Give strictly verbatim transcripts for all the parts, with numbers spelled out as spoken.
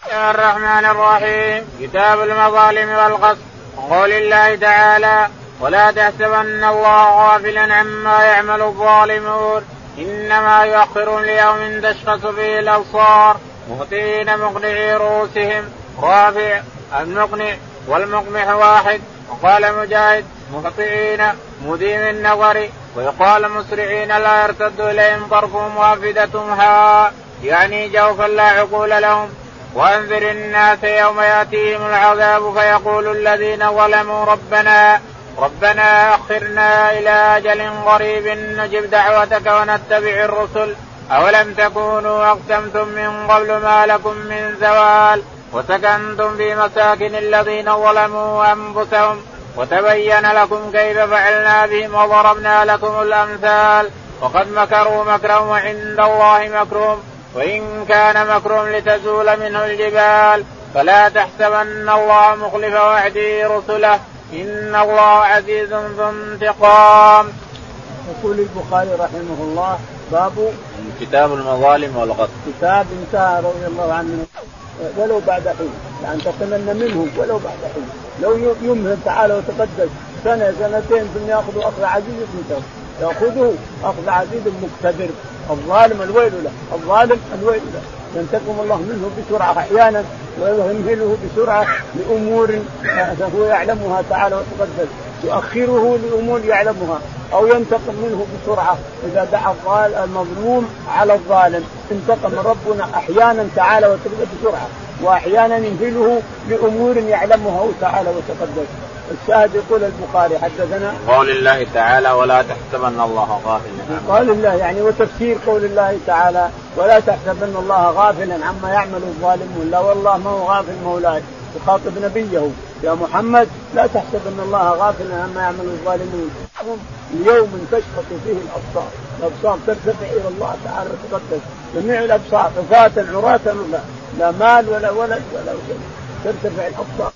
بسم الله الرحمن الرحيم. كتاب المظالم والقصد. قول الله تعالى: ولا تحسبن الله غافلا عما يعمل الظالمون إنما يؤخرهم ليوم تشخص فيه الأبصار مهطعين مقنعي رؤوسهم. رافع المقنع والمقمح واحد. وقال مجاهد: مهطعين مديم النظر. ويقال مسرعين لا يرتد إليهم طرفهم وافدتهم ها، يعني جوفا لا عقول لهم. وأنذر الناس يوم يأتيهم العذاب فيقول الذين ظلموا ربنا ربنا أخرنا إلى أجل قريب نجب دعوتك ونتبع الرسل أولم تكونوا أقسمتم من قبل ما لكم من زوال وسكنتم في مساكن الذين ظلموا أنفسهم وتبين لكم كيف فعلنا بهم وضربنا لكم الأمثال وقد مكروا مكرا وعند الله مكرهم وإن كان مكرهم لتزول منه الجبال فلا تحسبن الله مخلف وعده رسله إن الله عزيز ذو انتقام. يقول البخاري رحمه الله: باب كتاب المظالم والقصد. كتاب انتهى رضي الله عنه ولو بعد حين، يعني تتمنى منهم ولو بعد حين، لو يمهل تعالى وتقدس سنة سنتين ثم يأخذوا أخذ عزيز مقتدر، يأخذه أخذ عزيز مقتدر. الظالم الويل له، الظالم الويل له، ينتقم الله منه بسرعة أحيانا ويمهله بسرعة لأمور هو يعلمها تعالى وتقدس، يؤخره لأمور يعلمها، أو ينتقم منه بسرعة إذا دعا المظلوم على الظالم. انتقم ربنا أحيانا تعالى وتقدس بسرعة، وأحيانا يمهله لأمور يعلمها تعالى وتقدس. الشاهد يقول البخاري: حدثنا قول الله تعالى: ولا تحسبن الله غافلا. قول الله يعني وتفسير قول الله تعالى: ولا تحسبن الله غافلا عما يعمل الظالمون. لا والله ما هو غافل مولاي، يخاطب نبيه: يا محمد لا تحسبن الله غافلا عما يعمل الظالمون اليوم تشخص فيه الأبصار. الأبصار ترتفع إلى الله تعالى وتقدس، جميع الأبصار حفاة عراة لا, لا مال ولا ولد ولا شيء، ترتفع الأبصار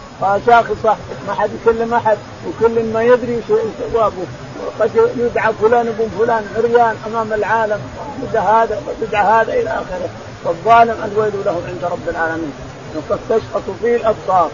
شاخصة، ما حد يكلم أحد وكل ما يدري ثوابه. وقد يدعى فلان ابن فلان عريان أمام العالم، يدعى هذا ويدعى هذا إلى آخره. فالظالم الويل له عند رب العالمين. وقد تشخص فيه الأبصار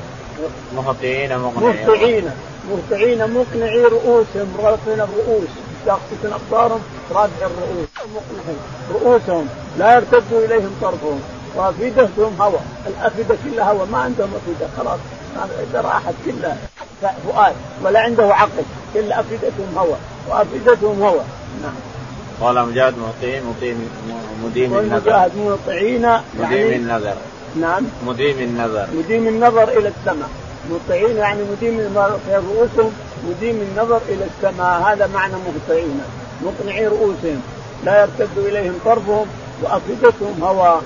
مهطعين مهطعين مهطعين مقنعي رؤوسهم، رافعين الرؤوس، شاخصين أبصارهم، رافع الرؤوس، مقنعين رؤوسهم لا يرتد إليهم طرفهم وأفئدتهم هوى. الأفئدة كلها هوى، ما عندهم أفئدة، خلاص إذا راحت كلها فؤاد ولا عنده عقل، كل أفئدتهم هوى وأفئدتهم هوى. نعم. قال مجاهد: مطيع مطيم مديم النظر. مجاهد مطيعين مديم النظر. نعم. مديم النظر. مديم النظر إلى السماء. مطيعين يعني مديم النظر في رؤوسهم، مديم النظر إلى السماء، هذا معنى مطيعين. مقنعي رؤوسهم لا يرتد إليهم طرفهم وأفئدتهم هوى.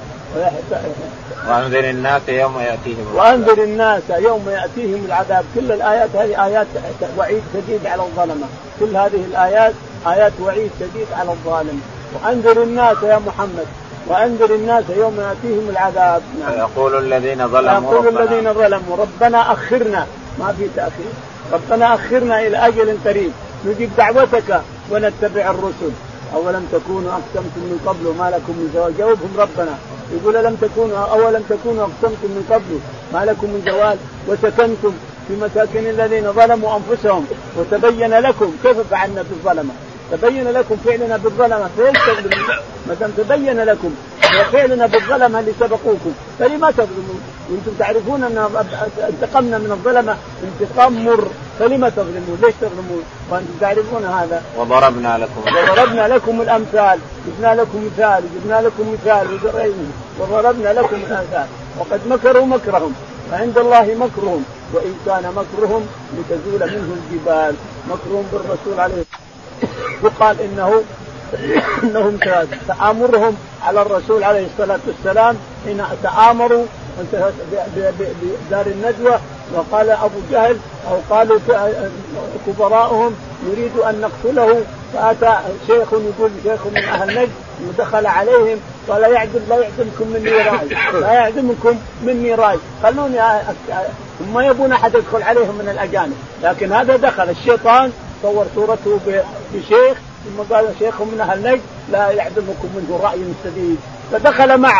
وأنذر الناس يوم يأتيهم وأنذر الناس يوم يأتيهم العذاب. كل الآيات هذه آيات وعيد شديد على الظلمة، كل هذه الآيات آيات وعيد شديد على الظالم. وأنذر الناس يا محمد، وأنذر الناس يوم يأتيهم العذاب. نعم. يقول الذين ظلموا يقول الذين ظلموا ربنا أخرنا، ما في تأخير، ربنا أخرنا إلى أجل قريب نجيب دعوتك ونتبع الرسل أولم تكونوا أقسمتم من قبل ما لكم من زوال. جاوبهم ربنا يقول: لم تكونوا أولم تكونوا أقسمتم من قبل ما لكم من زوال وسكنتم في مساكن الذين ظلموا أنفسهم وتبين لكم كيف فعلنا بالظلمة. تبين لكم فعلنا بالظلمة فيستظلمون. ما دام تبين لكم فعلنا بالظلمة اللي سبقوكم فلما تظلمون؟ وانتم تعرفون أن انتقمنا من الظلمة انتقام مر، فلما تظلمون؟ ليش تظلمون وانتم تعرفون هذا؟ وضربنا لكم وضربنا لكم الأمثال، جبنا لكم مثال جبنا لكم مثال وضربنا لكم الأمثال وقد مكروا مكرهم وعند الله مكرهم وإن كان مكرهم لتزول منه الجبال. مكرهم بالرسول عليه وقال إنه إنهم تآمرهم على الرسول عليه الصلاة والسلام حين تآمروا بدار الندوة. وقال أبو جهل أو قالوا كبراءهم يريد أن نقتله، فأتى شيخ يقول شيخ من أهل نجد ودخل عليهم قال: لا يعدم لا يعدمكم مني راي، لا يعدمكم مني راي، خلوني هم يبون أحد يدخل عليهم من الأجانب. لكن هذا دخل الشيطان صور صورته بشيخ ثم قال: شيخ من أهل نجد لا يعدمكم منه رأي سديد، فدخل معهم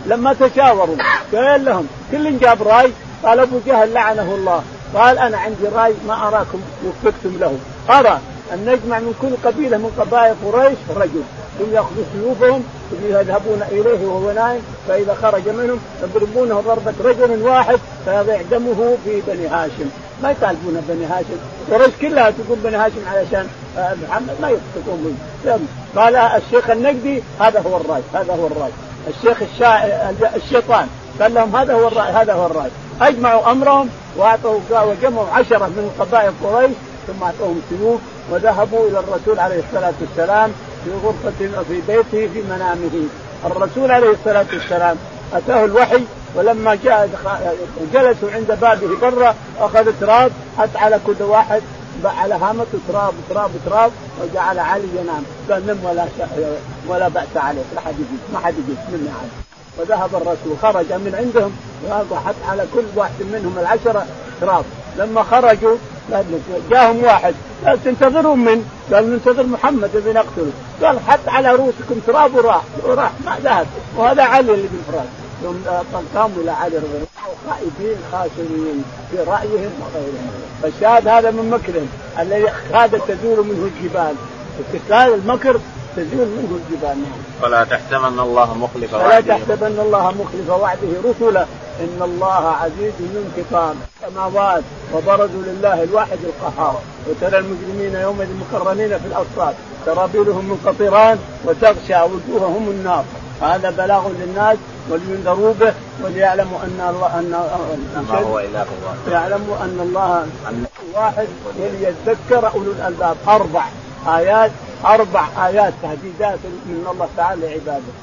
لما تشاوروا قال لهم كل جاب رأي. قال أبو جهل لعنه الله قال أنا عندي رأي ما أراكم وفقتم له، أرى أن نجمع من كل قبيلة من قبائل قريش رجل ثم يأخذوا سيوفهم يذهبون إليه وهو نائم، فإذا خرج منهم يضربونه ضربة رجل واحد فيضيع دمه في بني هاشم. ما يطالبون بني هاشم، قريش كلها تقول بني هاشم علشان محمد ما يفتقون به. قال الشيخ النجدي هذا هو الرأي، هذا هو الرأي. الشيخ الشا... الشيطان قال لهم هذا هو الرأي، هذا هو الرأي. أجمعوا أمرهم وأعطوا وجمعوا عشرة من قبائل قريش ثم أعطوهم سيوف وذهبوا إلى الرسول عليه الصلاة والسلام في غرفة في بيته في منامه. الرسول عليه الصلاة والسلام أتاه الوحي، ولما جاء جلسوا عند بابه برا أخذ تراب حتى على كل واحد على هامة تراب تراب تراب وجعل علي ينام. قال نم ولا ولا بأس عليك، لا حد يجيك ما حد يجيك مني عاد. وذهب الرسول خرج من عندهم وحط على كل واحد منهم العشرة تراب. لما خرجوا جاهم واحد قال تنتظرون من؟ قال ننتظر محمد الذي نقتله. قال حط على رؤوسكم تراب وراح وراح ما ذهب. وهذا علي اللي بالفراش. ثم قاموا إلى علي رضي الله عنه خائفين خاسرين في رأيهم وغيرهم. فالشاهد هذا من مكرهم الذي كاد تزول منه الجبال، استقلال المكر تزول منه الجبال. فلا تحسبن الله مخلف وعده، فلا تحسبن الله مخلف وعده رسله إن الله عزيز ذو انتقام. السماوات وبرزوا لله الواحد القهار وترى المجرمين يومئذ مقرنين في الأصفاد سرابيلهم من قطران وتغشى وجوههم النار. هذا بلاغ للناس ولينذروا به وليعلموا أن الله أن ما هو إله الله، يعلموا أن الله واحد وليذكر أولو الألباب. أربع آيات أربع آيات تهديدات من الله تعالى لعباده.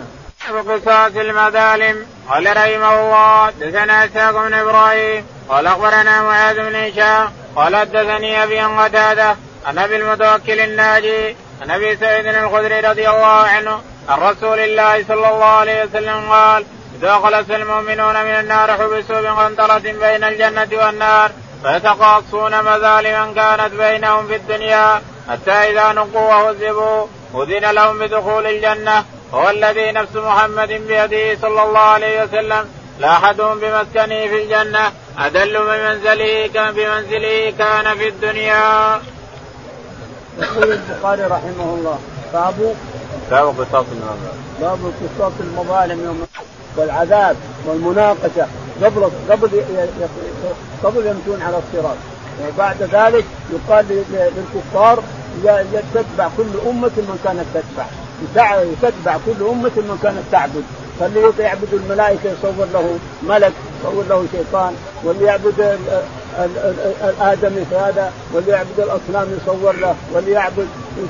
قصاص المظالم. قال رحمه الله دثنا إسحاق بن إبراهيم قال أخبرنا معاذ بن هشام قال حدثني أبي عن قتادة عن أبي المتوكل الناجي عن أبي سعيد الخدري رضي الله عنه عن رسول الله صلى الله عليه وسلم قال إذا خلص المؤمنون من النار حبسوا بقنطرة بين الجنة والنار فيتقاصون مظالما كانت بينهم في الدنيا حتى إذا نقوا وهذبوا أذن لهم بدخول الجنة. هو الذي نفس محمد بيده صلى الله عليه وسلم لا أحدهم بمسكنه في الجنة أدل بمنزله كان بمنزله كان في الدنيا. يقول البخاري رحمه الله باب باب قصاص المظالم، باب قصاص المظالم يوم والعذاب والمناقشة قبل قبل قبل يمشون على الصراط. وبعد ذلك يقال للكفار تتبع كل أمة من كانت تتبع تتبع كل أمة من كانت تعبد. فاللي يعبد الملائكة يصور له ملك يصور له شيطان، واللي يعبد الآدمي هذا، واللي يعبد الأصنام يصور له، واللي يعبد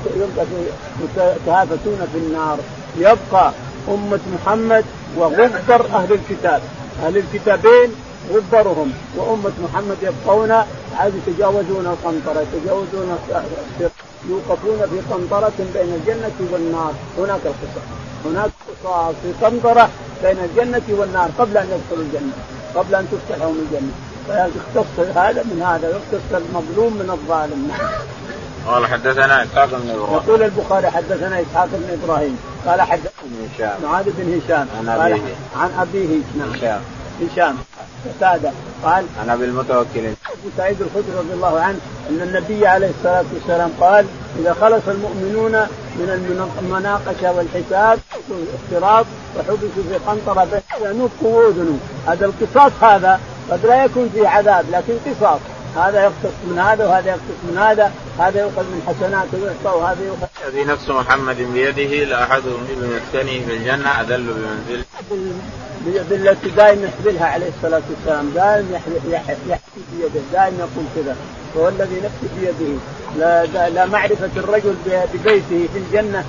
يتهافتون في النار. يبقى أمة محمد وغبر أهل الكتاب، أهل الكتابين غبرهم، وأمة محمد يبقون عاد يتجاوزون القنطرة يتجاوزون يوقفون في قنطرة بين الجنة والنار. هناك القصاص، هناك قصاص في قنطرة بين الجنة والنار قبل أن يدخلوا الجنة، قبل أن تفتح لهم الجنة. فيختص هذا من هذا، يختص المظلوم من الظالم. قال حدثنا إسحاق بن إبراهيم. يقول البخاري حدثنا إسحاق بن إبراهيم قال حدثنا معاذ بن هشام عن أبيه عن أبيه هشام هشام قتادة قال عن أبي المتوكل أبو سعيد الخدري رضي الله عنه أن النبي عليه الصلاة والسلام قال إذا خلص المؤمنون من المناقشة والحساب والافتراض وحبسوا في قنطرة بين نطقوا وأذنوا. هذا القصاص هذا قد لا يكون فيه عذاب لكن قصاص، هذا يقتص من هذا وهذا يقتص من هذا، هذا يؤخذ من حسناته ويعطى وهذا يؤخذ. الذي نفس محمد بيده لأحدهم بمسكنه في الجنة أدل بمنزله بالتي دائما يحملها عليه الصلاة والسلام، دائما يحكي بيده، دائما يقول كذا هو الذي نفسه بيده. لا, لا معرفة الرجل ببيته في الجنة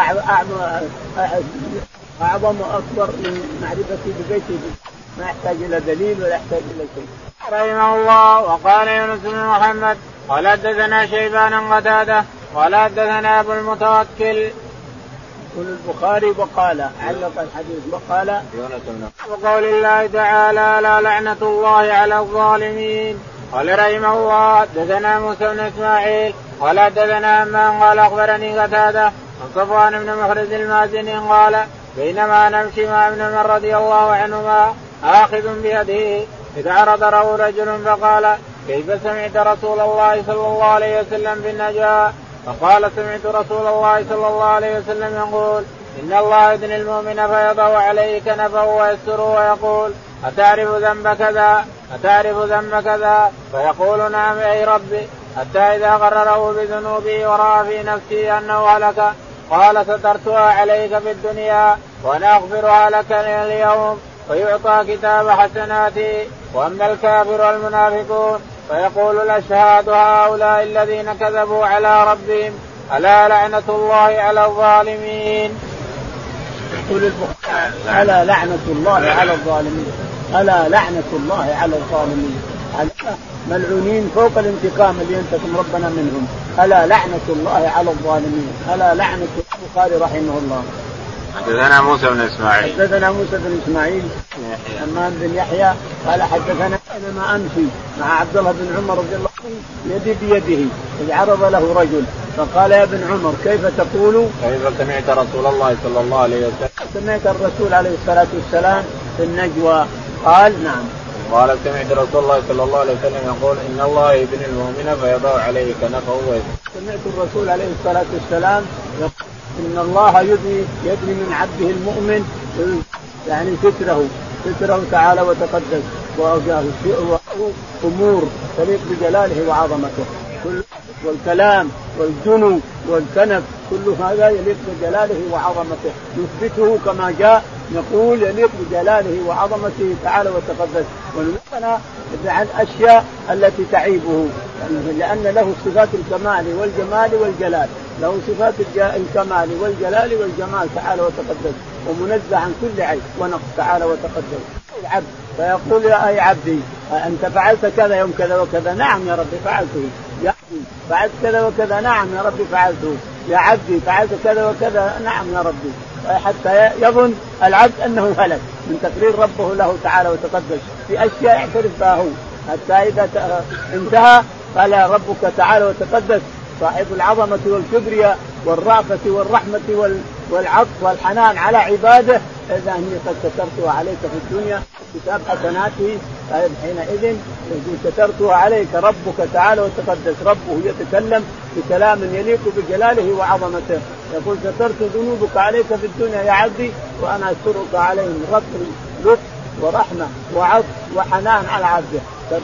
أعظم وأكبر من معرفته ببيته، ما يحتاج إلى دليل ولا يحتاج إلى شيء. رحمه الله. وقال يونس بن محمد قال حدثنا شيبان قتادة قال حدثنا أبو المتوكل. يقول البخاري وقال علق الحديث وقال يونس بن وقول الله تعالى لا لعنة الله على الظالمين. قال رحمه الله حدثنا موسى بن إسماعيل قال حدثنا أمان قال أخبرني قتادة عن صفوان بن محرز المازني قال بينما نمشي مع ابن عمر رضي الله عنهما آخذ بيده إذ عرض له رجل فقال كيف سمعت رسول الله صلى الله عليه وسلم بالنجاة؟ فقال سمعت رسول الله صلى الله عليه وسلم يقول إن الله يدني المؤمن فيضع عليه كنفه ويستره ويقول أتعرف ذنب كذا أتعرف ذنب كذا فيقول نعم أي ربي، حتى إذا قرره بذنوبه ورأى في نفسه أنه هلك قال سترتها عليك في الدنيا وأنا أغفرها لك اليوم، ويعطى كتاب حسناته. وأما الكافر والمنافقون فيقول الأشهاد هؤلاء الذين كذبوا على ربهم ألا لعنة الله على الظالمين. يقول ألا لعنة الله على الظالمين، ألا لعنة الله على الظالمين، ملعونين فوق الانتقام اللي ينتقم ربنا منهم. ألا لعنة الله على الظالمين، ألا لعنة. البخاري رحمه الله. حدثنا موسى بن إسماعيل حدثنا موسى بن إسماعيل حمام بن يحيى قال حدثنا أنا ما أمشي مع عبد الله بن عمر رضي الله عنه يدي بيده إذ عرض له رجل فقال يا ابن عمر كيف تقول؟ كيف سمعت رسول الله صلى الله عليه وسلم؟ سمعت الرسول عليه الصلاة والسلام في النجوى. قال نعم. قال سمعت رسول الله صلى الله عليه وسلم يقول إن الله يبني المؤمن فيضع عليه كنفه. سمعت الرسول عليه الصلاة والسلام يقول إن الله يدني يدني من عبده المؤمن يعني ستره ستره تعالى وتقدس وأوجاه أمور تليق بجلاله وعظمته، والكلام والجنو والكنف كل هذا يليق بجلاله وعظمته، يثبته كما جاء نقول يليق بجلاله وعظمته تعالى وتقدس، ونحن عن أشياء التي تعيبه لأن له صفات الكمال والجمال والجلال، له صفات الكمال والجلال والجمال تعالى وتقدس، ومنزه عن كل عيب ونقص تعالى وتقدس. العبد فيقول يا أي عبدي أنت فعلت كذا يوم كذا وكذا؟ نعم يا ربي فعلته. يا عبدي فعلت كذا وكذا؟ نعم يا ربي فعلته. يا عبدي فعلت كذا وكذا؟ نعم يا ربي، حتى يظن العبد أنه هلك من تقرير ربه له تعالى وتقدس في أشياء يعترف بها هو، حتى إذا انتهى قال ربك تعالى وتقدس صاحب العظمة والكبرية والرأفة والرحمة والعطف والحنان على عباده إذا هي قد سترتها عليك في الدنيا كتاب حسناته حينئذ يقول سترتها عليك ربك تعالى وتقدس. ربه يتكلم بكلام يليق بجلاله وعظمته، يقول سترت ذنوبك عليك في الدنيا يا عبدي وأنا أسترك عليهم رب لطف ورحمة وعطف وحنان على عبده.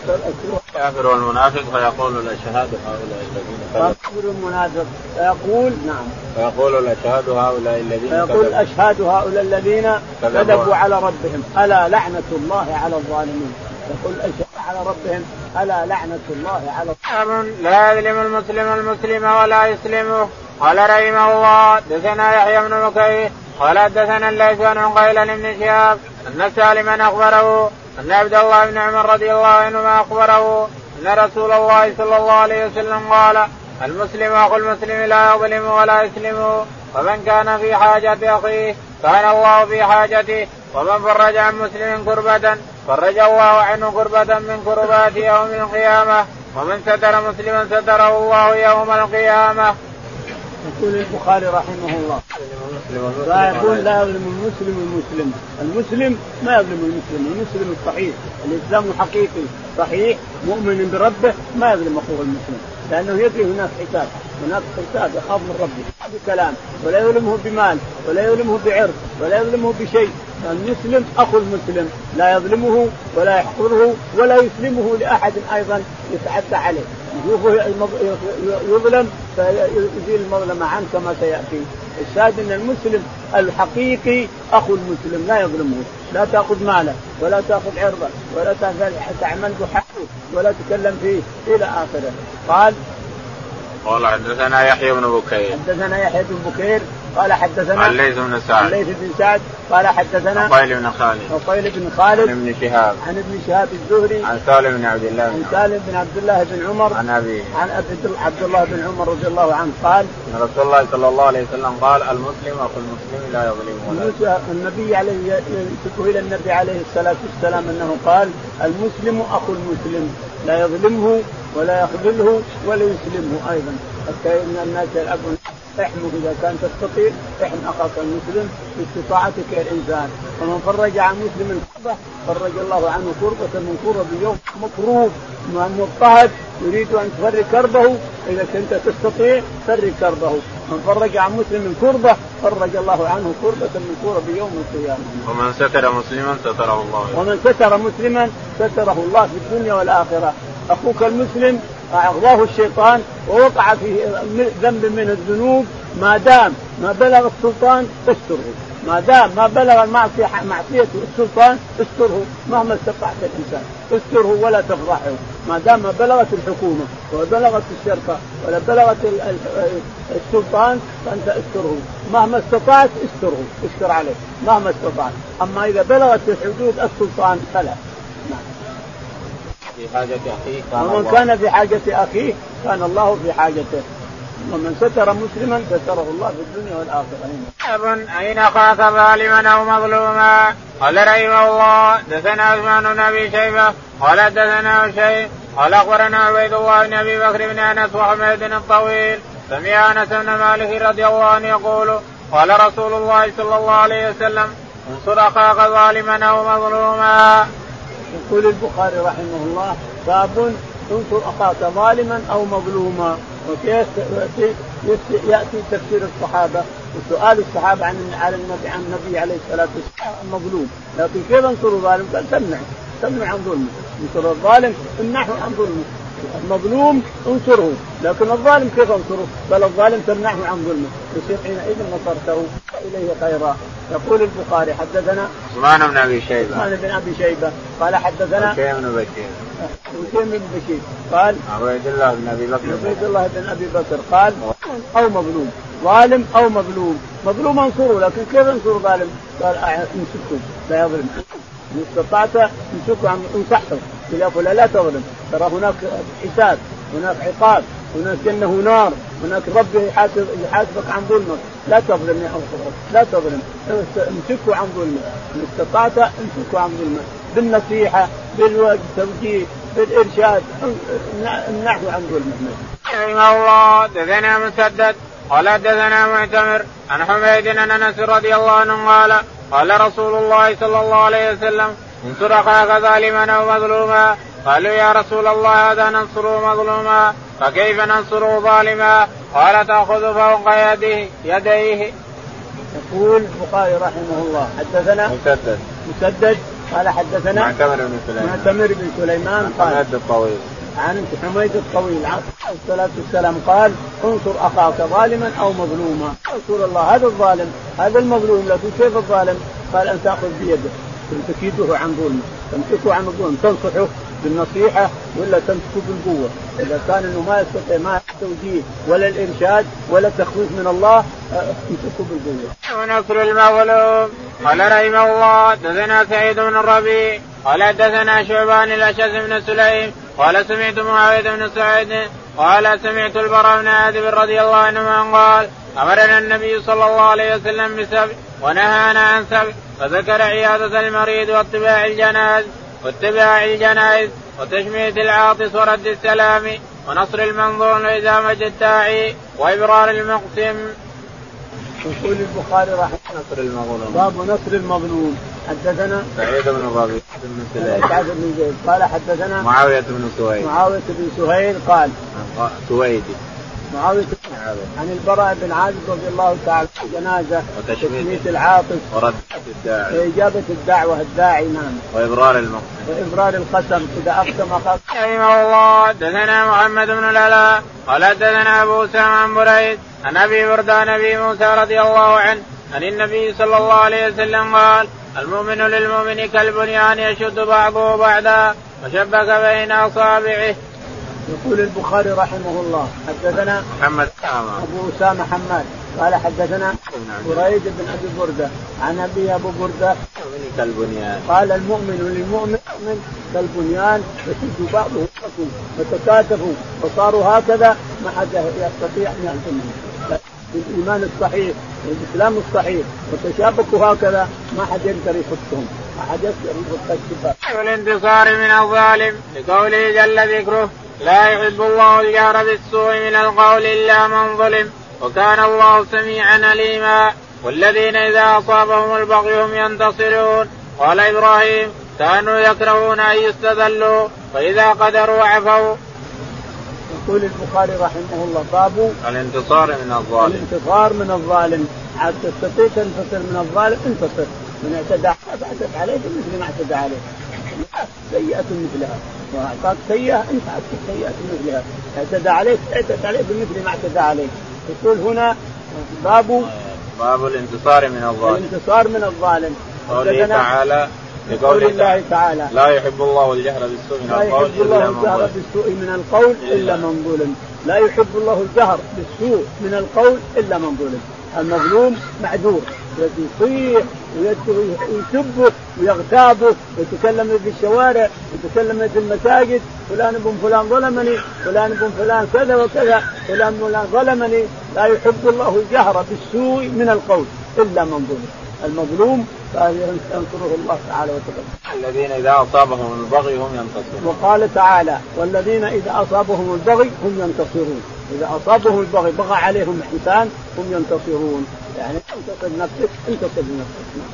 الكافر والمنافق فيقول الأشهاد هؤلاء الذين الكافر والمنافق فيقول نعم فيقول الأشهاد هؤلاء الذين فيقول الأشهاد هؤلاء الذين كذبوا على ربهم ألا لعنة الله على الظالمين. يقول الأشهاد على ربهم ألا لعنة الله على الظالمين. لا يظلم المسلم المسلم ولا يسلمه. قال رحمه الله دثنا يحيى بن بكير قال دثنا الليث عن عقيل بن شهاب أن سالما أخبره أن عبد الله بن عمر رضي الله عنهما أخبره أن رسول الله صلى الله عليه وسلم قال المسلم أخو المسلم لا يظلم ولا يسلمه، ومن كان في حاجة أخيه كان الله في حاجته، ومن فرج عن مسلم كربة فرج الله عنه كربة من كربات يوم القيامة، ومن ستر مسلما ستره الله يوم القيامة. يقول البخاري رحمه الله لا يقول لا يظلم المسلم المسلم المسلم ما يظلم المسلم المسلم الصحيح الإسلام حقيقي صحيح مؤمن بربه ما يظلم أخوه المسلم، لأنه يدري هناك حساب هناك حساب يخاف من ربه بكلام، ولا يظلمه بمال ولا يظلمه بعرض ولا يظلمه بشيء. المسلم أخو المسلم لا يظلمه ولا يحقره ولا يسلمه لأحد أيضا يتعدى عليه، يظلم فيزيل المظلمة عنه كما سيأتي. الشاهد أن المسلم الحقيقي أخو المسلم لا يظلمه، لا تأخذ ماله ولا تأخذ عرضه ولا تعمل بحقه ولا تكلم فيه إلى آخره. قال قال حدثنا يحيى بن بكير حدثنا يحيى بن بكير قال حدثنا الليث بن سعد الليث بن سعد قال حدثنا عقيل بن خالد عقيل بن خالد عن ابن شهاب عن ابن شهاب الزهري عن سالم بن عبد الله عن سالم بن عبد الله بن عمر عن أبيه عن عبد الله بن عمر رضي الله عنه قال ان رسول الله صلى الله عليه وسلم قال المسلم اخو المسلم لا يظلمه. النبي عليه ينسبه الى النبي عليه الصلاه والسلام انه قال المسلم اخو المسلم لا يظلمه ولا يخذله ولا يسلمه ايضا، حتى ان الناس يلعبون احمه إذا كان تستطيع، احم أخاك المسلم باستطاعتك يا الإنسان. ومن فرج عن مسلم كربة فرج الله عنه كربة من كرب اليوم مكروب من مضطهد يريد أن تفرج كربه، إذا كنت تستطيع فرج كربه. من فرج عن مسلم كربة فرج الله عنه كربة من كرب يوم القيامة. ومن ستر مسلما ستره الله. ومن ستر مسلما ستره الله في الدنيا والآخرة. أخوك المسلم أغواه الشيطان ووقع في ذنب من الذنوب، ما دام ما بلغ السلطان استره، ما دام ما بلغ المعصية معصية السلطان استره مهما استطعت الإنسان، استره ولا تفضحه. ما دام ما بلغت الحكومة ولا بلغت الشرطة ولا بلغت السلطان فأنت استره مهما استطعت، استره استر عليه مهما استطعت. أما إذا بلغت الحدود السلطان فلا. في حاجة أخيه ومن كان في حاجة أخيه كان الله في حاجته. ومن ستر مسلما ستره الله في الدنيا والآخرة. أين أخاك ظالما أو مظلوما؟ قال رحمه الله دثنا عثمان بن أبي شيبة قال دثنا شيء قال أخبرنا عبيد الله بن أبي بكر بن أنس وحميد الطويل سمع أنس بن مالك رضي الله عنه يقول قال رسول الله صلى الله عليه وسلم انصر أخاك ظالما أو مظلوما. يقول البخاري رحمه الله باب انصر أخاك ظالما أو مظلوما. وكيف يأتي تفسير الصحابة وسؤال الصحابة عن النبي عن النبي عليه الصلاة والسلام مظلوم، لكن كيف انصر الظالم؟ قال تمنع تمنع عن ظلمه. انصر الظالم امنعه عن ظلمه، المظلوم انصره، لكن الظالم كيف انصره؟ بل الظالم تمنعه عن ظلمه، يصير حينئذ نصرته إليه خيرا. يقول البخاري حدثنا عثمان بن أبي شيبة عثمان بن أبي شيبة قال حدثنا وكيع بن بشير وكيع بن بشير قال عبيد الله بن أبي بكر عبيد الله بن أبي بكر قال أو مظلوم، ظالم أو مظلوم. مظلوم انصره، لكن كيف انصر ظالم؟ قال امسكه لا يظلم، إن استطعت امسكه عن انصحه إلى فلا لا تظلم، ترى هناك حساب، هناك عقاب، هناك جنة نار، هناك رب يحاسب يحاسبك عن ظلمك، لا تظلم يا أخوة لا تظلم، امسكه عن ظلمك، إن استطعت امسكه عن ظلمك بالنصيحة بالتوجيه بالإرشاد، امنعه عن ظلمك. رحمه الله دثنا مسدد قال دثنا معتمر عن حميد بن أنس رضي الله عنه قال قال رسول الله صلى الله عليه وسلم انصر أخاك ظالما أو مظلوما. قالوا يا رسول الله هذا ننصره مظلوما فكيف ننصره ظالما؟ قال تأخذ فوق يده يديه. يقول البخاري رحمه الله حدثنا مسدد مسدد قال حدثنا معتمر بن سليمان معتمر بن سليمان قال حميد الطويل عن حميد الطويل عليه الصلاة والسلام قال انصر أخاك ظالما أو مظلوما. رسول الله هذا الظالم هذا المظلوم، لكن كيف الظالم؟ قال أن تأخذ بيده تمسكه عن ظلمه، تمسكه عن الظلم، تنصحه بالنصيحة ولا تمسكه بالقوة. إذا كان إنه ما يستطيع ما التوجيه ولا الإرشاد ولا التخويف من الله تمسكه بالقوة. ونصر المظلوم. قال رحمه الله دثنا سعيد بن الربيع قال دثنا شعبان الأشعث بن سليم قال سمعت معاوية بن سعيد قال سمعت البراء بن عازب رضي الله عنهما قال أمرنا النبي صلى الله عليه وسلم بسبع ونهانا عن سبع، فذكر عيادة المريض واتباع الجنائز واتباع الجنائز وتشميت العاطس ورد السلام ونصر المنظور وإزامة الداعي وإبرار المقسم. يقول البخاري رحمه نصر المظلوم باب نصر المظلوم. حدثنا سعيد بن الربيع بن سليم سعد بن زيد قال حدثنا معاوية بن سهيل معاوية بن سهيل قال سويدي معاوية عن البراء بن عازب رضي الله تعالى جنازة وتشميت العاطس ورد الداعي وإجابة الدعوة الداعي نعم وإبرار المقسم وإبرار القسم إذا أقسم أخاك. رحمه الله دثنا محمد بن العلاء قال دثنا أبو أسامة عن بريد عن أبي بردة نبي موسى رضي الله عنه عن النبي صلى الله عليه وسلم قال المؤمن للمؤمن كالبنيان يشد بعضه بعضا وشبك بين أصابعه. يقول البخاري رحمه الله حدثنا محمد أبو أسامة حماد قال حدثنا بريد بن أبي بردة عن أبي أبو بردة كالبنيان قال المؤمن للمؤمن كالبنيان يشد بعضه بعضا فتكاتفوا وصاروا هكذا ما حد يستطيع أن يهزمهم. بالإيمان الصحيح والإسلام الصحيح وتشابكوا هكذا ما حد يقدر يفكهم، ما حد يقدر يفك الشباب. والانتصار من الظالم لقوله جل ذكره لا يحب الله الجهر بالسوء من القول إلا من ظلم وكان الله سميعا عليما. والذين إذا أصابهم البغي هم ينتصرون. قال إبراهيم كانوا يكرهون أن يستذلوا فإذا قدروا عفوا. يقول البخاري رحمه الله باب الانتصار من الظالم. الانتصار من الظالم. عاد تستطيع تنتصر من الظالم انتصر، من اعتدى فاعتد عليه بمثل ما اعتدى عليه. سيئة مثلها وأعطاك سيئة أنت أعطيك سيئة مثلها، اعتدى عليك اعتدى عليه بمثل ما اعتدى عليه. يقول هنا باب باب الانتصار من الظالم. الانتصار من الظالم. قوله تعالى لقول الله تعالى لا يحب الله الجهر بالسوء من القول إلا من ظلم. بالسوء من القول إلا من ظلم. لا يحب الله الجهر بالسوء من القول إلا من ظلم. المظلوم معذور، يصيح ويسبه ويغتابه ويتكلم في الشوارع ويتكلم في المساجد فلان بن فلان ظلمني فلان بن فلان كذا وكذا فلان فلان ظلمني. لا يحب الله الجهر بالسوء من القول إلا من ظلم. المظلوم فينصره الله تعالى وتعالى. الذين إذا أصابهم البغي هم ينتصرون. وقال تعالى والذين إذا أصابهم البغي هم ينتصرون. إذا أصابهم البغي بغى عليهم إنسان هم ينتصرون، يعني انتصر نفسك انتصر نفسك.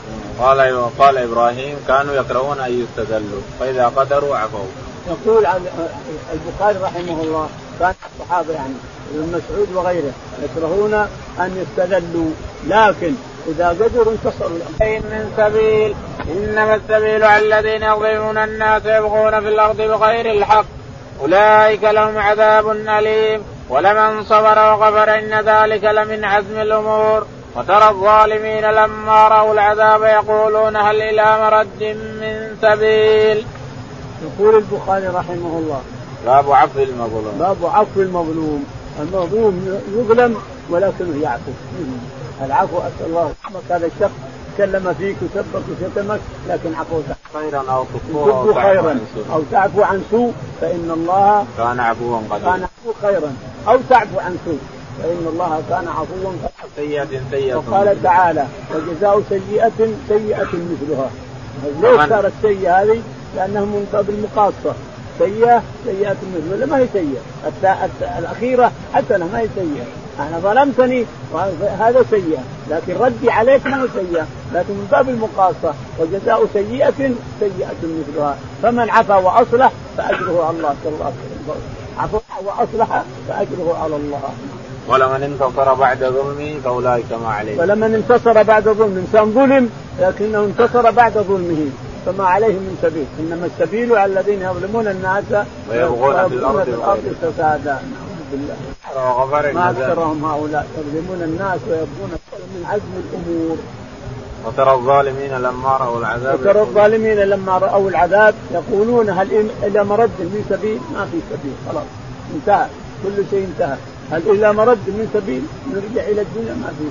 قال قال إبراهيم كانوا يكرهون أن يستذلوا فإذا قدروا عفوا. يقول البخاري رحمه الله كان الصحابة يعني ابن مسعود وغيره يكرهون أن يستذلوا لكن إذا قدروا انتصروا. من سبيل إنما السبيل على الذين يظلمون الناس يبغون في الأرض بغير الحق أولئك لهم عذاب أليم ولمن صبر وغفر إن ذلك لمن عزم الأمور. وترى الظالمين لما رأوا العذاب يقولون هل إلى مرد من سبيل. يقول البخاري رحمه الله باب عفو المظلوم. باب عفو المظلوم. المظلوم يظلم ولكنه يعفو. العفو أسأل الله هذا الشخص تكلم فيك وسبك وشتمك لكن عفوت خيرا أو تكفوه خيرا أو تعفو عن سوء فإن الله كان عفوا قديرا. كان عفو خيرا أو تعفو عن سوء فإن الله كان عفوا سيئة سيئة. وقال تعالى وجزاء سيئة سيئة مثلها. ليش صارت سيئة هذه؟ لأنها من باب المقاصة. سيئة سيئة مثلها ما هي سيئة. الأخيرة حسنة ما هي سيئة. أنا ظلمتني هذا سيئة لكن ردي عليك ما هو سيئة لكن من باب المقاصة. وجزاء سيئة سيئة مثلها. فمن عفا وأصلح فأجره على الله. صلى الله عليه وسلم عفا وأصلح فأجره على الله. ولمن انتصر بعد ظلمه فأولئك ما عليه. ولمن انتصر بعد ظلم إنسان ظلم لكنه انتصر بعد ظلمه فما عليه من سبيل. إنما السبيل على الذين يظلمون الناس ويبغون في الأرض فسادا. بالله. ما أكثرهم هؤلاء يظلمون الناس ويبغون من عزم الأمور. وترى الظالمين لما رأوا العذاب وترى الظالمين لما رأوا العذاب يقولون هل إلى مرد من سبيل؟ ما في سبيل خلاص انتهى كل شيء انتهى. هل إلى مرد من سبيل؟ نرجع إلى الدنيا ما في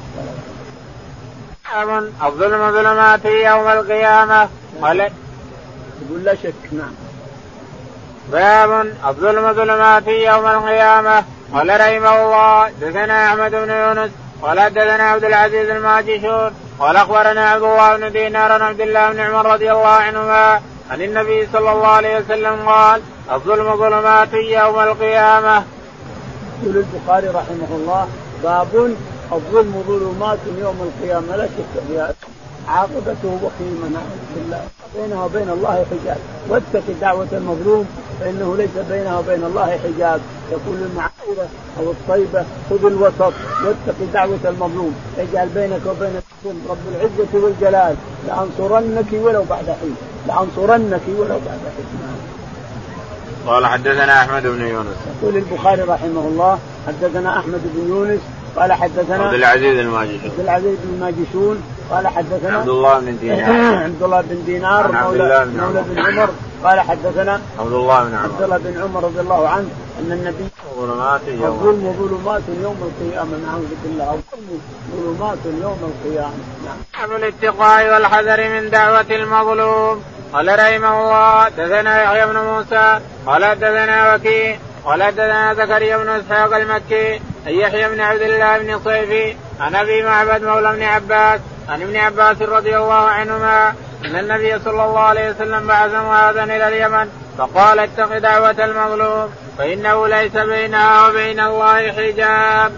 سبيل. الظلم ظلمات يوم القيامة. قال يقول لا شك. نعم. باب الظلم ظلمات يوم القيامة. قال رحمه الله دثنا أحمد بن يونس قال دثنا عبد العزيز الماجشون قال أخبرنا عبد الله بن دينار عن عبد الله بن عمر رضي الله عنهما عن النبي صلى الله عليه وسلم قال الظلم ظلمات يوم القيامة. يقول البخاري رحمه الله باب الظلم ظلمات يوم القيامة لا شك فيها عاقبته وخيمة. نعوذ بالله. بينه وبين الله حجاب. واتق دعوة المظلوم فإنه ليس بينه وبين الله حجاب. يقول المعاوية أو الطيبة خذ الوسط واتق دعوة المظلوم اجعل بينك وبين رب العزة والجلال لأنصرنك ولو بعد حين لأنصرنك ولو بعد حين. قال حدثنا أحمد بن يونس. يقول البخاري رحمه الله حدثنا أحمد بن يونس قال حدثنا عبد العزيز الماجشون عبد العزيز بن الماجشون قال حدثنا عبد الله بن دينار عبد الله بن دينار مولى بن عمر قال حدثنا عبد الله بن عمر عبد الله بن عمر رضي الله عنه أن النبي ظلمات يوم الظلم ظلمات يوم القيامة. نعوذ بالله. الظلم ظلمات يوم القيامة. نعم. الاتقاء والحذر من دعوة المظلوم. قال رحمه الله دثنا يحيى بن موسى قال دثنا وكيع قال دثنا زكريا بن اسحاق المكي أن يحيى بن عبد الله بن صيفي عن أبي معبد مولى بن عباس عن ابن عباس رضي الله عنهما أن النبي صلى الله عليه وسلم بعث معاذا إلى اليمن فقال اتق دعوة المظلوم فإنه ليس بينها وبين الله حجاب.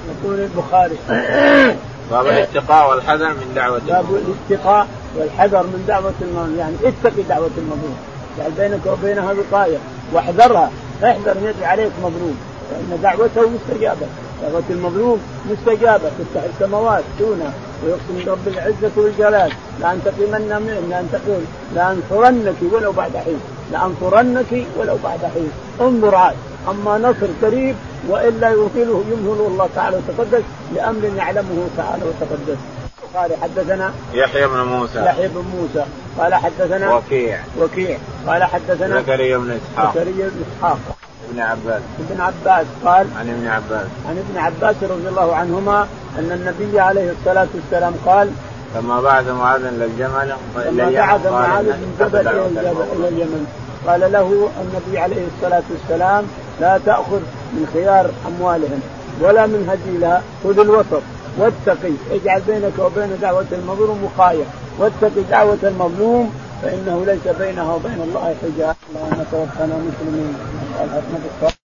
يقول البخاري باب الاتقاء والحذر من دعوة باب الاتقاء والحذر من دعوة المظلوم، يعني اتقي دعوة المظلوم، يعني بينك وبينها وقاية واحذرها، احذر ان يدعي عليك مظلوم، فإن دعوته مستجابة، دعوة المظلوم مستجابة، تفتح السماوات دونه، ويقسم رب العزة والجلال لأنتقمن منه، لأن تقول لأنصرنك ولو بعد حين، لأنصرنك ولو بعد حين، انظر عاد، أما نصر قريب وإلا يمهله يمهله الله تعالى وتقدس لأمر يعلمه تعالى وتقدس. قال حدثنا يحيى بن موسى يحيى بن موسى قال حدثنا وكيع وكيع قال حدثنا زكريا بن إسحاق زكريا بن إسحاق ابن عباس ابن عباس قال عن ابن عباس عن ابن عباس رضي الله عنهما أن النبي عليه الصلاة والسلام قال لما بعث معاذ للجمل لما بعث معاذ من جبل إلى اليمن قال له النبي عليه الصلاة والسلام لا تأخذ من خيار أموالهم ولا من هديلها، خذ الوسط واتقي، اجعل بينك وبين دعوة المظلوم وقاية، واتقي دعوة المظلوم فإنه ليس بينها وبين الله حجاب. اللهم توفنا مسلمين.